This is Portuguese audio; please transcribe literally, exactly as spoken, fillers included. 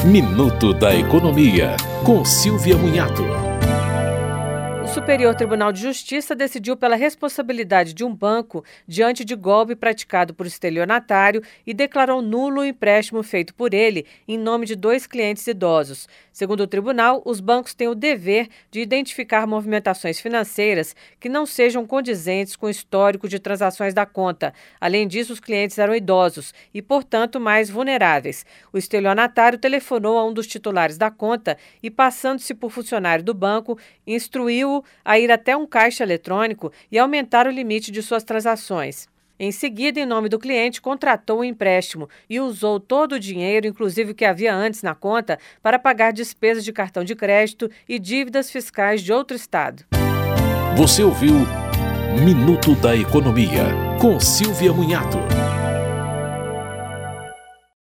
Minuto da Economia, com Silvia Munhato. O Superior Tribunal de Justiça decidiu pela responsabilidade de um banco diante de golpe praticado por estelionatário e declarou nulo o empréstimo feito por ele em nome de dois clientes idosos. Segundo o tribunal, os bancos têm o dever de identificar movimentações financeiras que não sejam condizentes com o histórico de transações da conta. Além disso, os clientes eram idosos e, portanto, mais vulneráveis. O estelionatário telefonou a um dos titulares da conta e, passando-se por funcionário do banco, instruiu-o a ir até um caixa eletrônico e aumentar o limite de suas transações. Em seguida, em nome do cliente, contratou um empréstimo e usou todo o dinheiro, inclusive o que havia antes na conta, para pagar despesas de cartão de crédito e dívidas fiscais de outro estado. Você ouviu Minuto da Economia, com Silvia Munhato.